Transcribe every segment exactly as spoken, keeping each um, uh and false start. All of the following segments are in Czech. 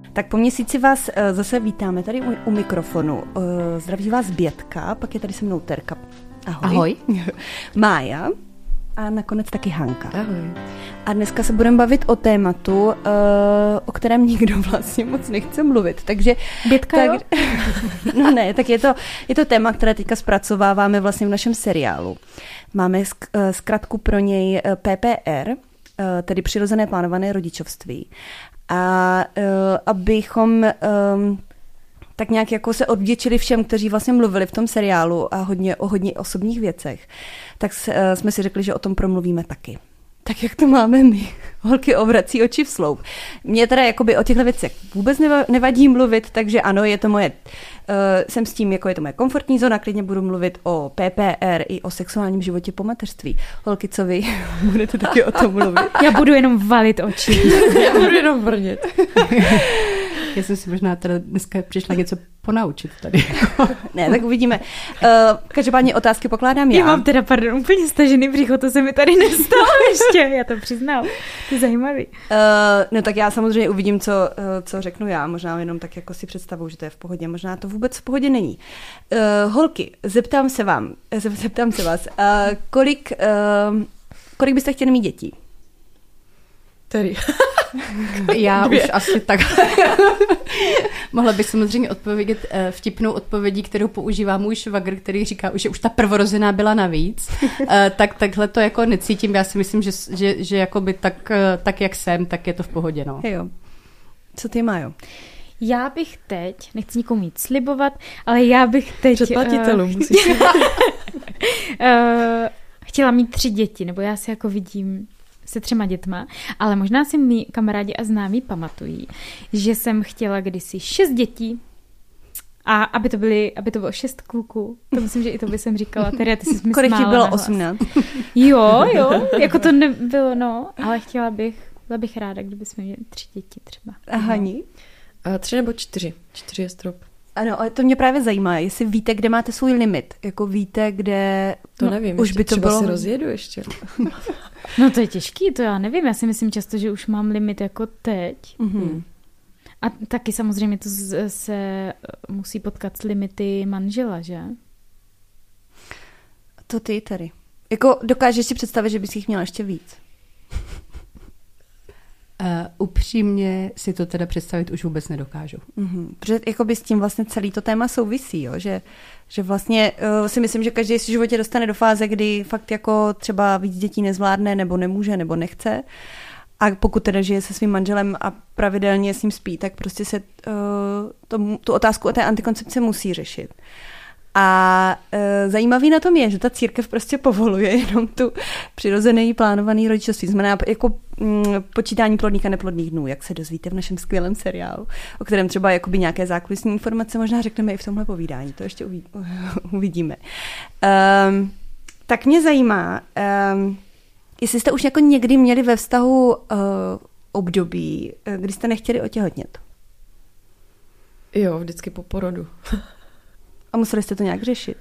Tak po měsíci vás uh, zase vítáme tady u, u mikrofonu. Uh, zdraví vás Bětka, pak je tady se mnou Terka. Ahoj. Ahoj. Mája a nakonec taky Hanka. Ahoj. A dneska se budeme bavit o tématu, uh, o kterém nikdo vlastně moc nechce mluvit. Takže Bětka, tak, jo? No ne, tak je to, je to téma, které teďka zpracováváme vlastně v našem seriálu. Máme sk- zkratku pro něj P P R, uh, tedy přirozené plánované rodičovství. A uh, abychom um, tak nějak jako se odvděčili všem, kteří vlastně mluvili v tom seriálu a hodně o hodně osobních věcech, tak s, uh, jsme si řekli, že o tom promluvíme taky. Tak jak to máme my? Holky obrací oči v sloup. Mně teda jakoby o těchto věcech vůbec nevadí mluvit, takže ano, je to moje, uh, jsem s tím, jako je to moje komfortní zóna, klidně budu mluvit o P P R i o sexuálním životě po mateřství. Holky, co vy? Budete taky o tom mluvit? Já budu jenom valit oči. Já budu jenom vrnět. Já jsem si možná teda dneska přišla něco ponaučit tady. Ne, tak uvidíme. Uh, každopádně otázky pokládám já. Já mám teda, pardon, úplně stažený břicho, to se mi tady nestalo ještě, já to přiznám. To je zajímavý. Uh, no tak já samozřejmě uvidím, co, uh, co řeknu já, možná jenom tak jako si představuji, že to je v pohodě, možná to vůbec v pohodě není. Uh, holky, zeptám se vám, zeptám se vás, uh, kolik, uh, kolik byste chtěli mít dětí? Tedy. Já Dvě. už asi tak. Mohla bych samozřejmě odpovědět vtipnou odpovědí, kterou používá můj švagr, který říká, že už ta prvorozená byla navíc. Tak takhle to jako necítím. Já si myslím, že, že, že jakoby tak, tak, jak jsem, tak je to v pohodě. No. Jo. Co ty, Májo? Já bych teď, nechci nikomu nic slibovat, ale já bych teď... Předplatitelům uh, musíš uh, chtěla mít tři děti, nebo já si jako vidím se třema dětma, ale možná si mý kamarádi a známí pamatují, že jsem chtěla kdysi šest dětí a aby to, byly, aby to bylo šest kluků. To myslím, že i to by jsem říkala. Tedy ty jsi mi kolik ti bylo? nahlas. osmnáct? Jo, jo, jako to nebylo, no, ale chtěla bych, byla bych ráda, kdyby jsme měli tři děti třeba. A Hani? uh, tři nebo čtyři. Čtyři je strop. Ano, ale to mě právě zajímá, jestli víte, kde máte svůj limit. Jako víte, kde... To no, nevím, už by to třeba bylo... si rozjedu ještě. No to je těžký, to já nevím. Já si myslím často, že už mám limit jako teď. Mm-hmm. A taky samozřejmě to z, se musí potkat s limity manžela, že? To ty tady. Jako dokážeš si představit, že bys jich měla ještě víc? Uh, upřímně si to teda představit už vůbec nedokážu. Mm-hmm. Protože jakoby s tím vlastně celý to téma souvisí, jo? Že, že vlastně uh, si myslím, že každý si v životě dostane do fáze, kdy fakt jako třeba víc dětí nezvládne, nebo nemůže, nebo nechce. A pokud teda žije se svým manželem a pravidelně s ním spí, tak prostě se uh, to, tu otázku o té antikoncepci musí řešit. A e, zajímavý na tom je, že ta církev prostě povoluje jenom tu přirozený plánovaný rodičovství. Znamená jako mm, počítání plodných a neplodných dnů, jak se dozvíte v našem skvělém seriálu, o kterém třeba jakoby nějaké zákulisní informace možná řekneme i v tomhle povídání. To ještě uví, uvidíme. Um, tak mě zajímá, um, jestli jste už jako někdy měli ve vztahu uh, období, kdy jste nechtěli otěhotnět. Jo, vždycky po porodu. A museli jste to nějak řešit?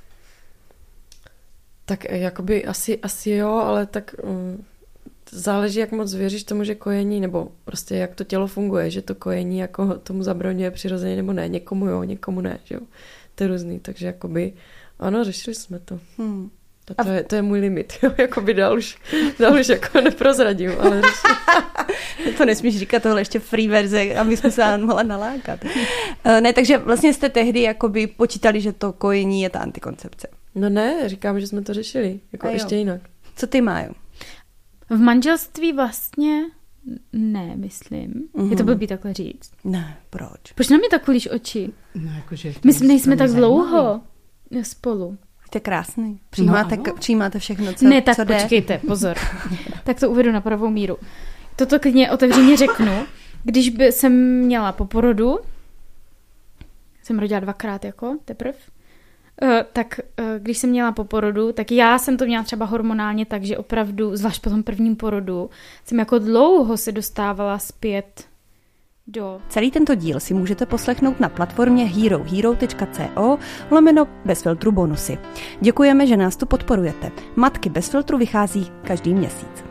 Tak jakoby asi, asi jo, ale tak um, záleží, jak moc věříš tomu, že kojení, nebo prostě jak to tělo funguje, že to kojení jako tomu zabraňuje přirozeně nebo ne. Někomu jo, někomu ne, že jo. To je různý, takže jakoby ano, řešili jsme to. Hmm. To, to, je, to je můj limit, jo, jakoby dál už, dál už jako neprozradím, ale to nesmíš říkat tohle ještě free verze, aby jsme se mohla nalákat. Ne, takže vlastně jste tehdy jakoby počítali, že to kojení je ta antikoncepce. No ne, říkám, že jsme to řešili, jako ještě jinak. Co ty, Májo? V manželství vlastně ne, myslím. Mm-hmm. Je to blbý takhle říct. Ne, proč? Proč na mě tak kulíš oči? No, jakože My nejsme tak dlouho spolu. Jste krásný. Přijímáte, no, přijímáte všechno, co, ne, tak co jde. počkejte, pozor. Tak to uvedu na pravou míru. Toto klidně otevřeně řeknu. Když by jsem měla po porodu, jsem rodila dvakrát jako teprv, tak když jsem měla po porodu, tak já jsem to měla třeba hormonálně tak, že opravdu, zvlášť po tom prvním porodu, jsem jako dlouho se dostávala zpět do... Celý tento díl si můžete poslechnout na platformě herohero tečka co lomeno bez filtru bonusy. Děkujeme, že nás tu podporujete. Matky bez filtru vychází každý měsíc.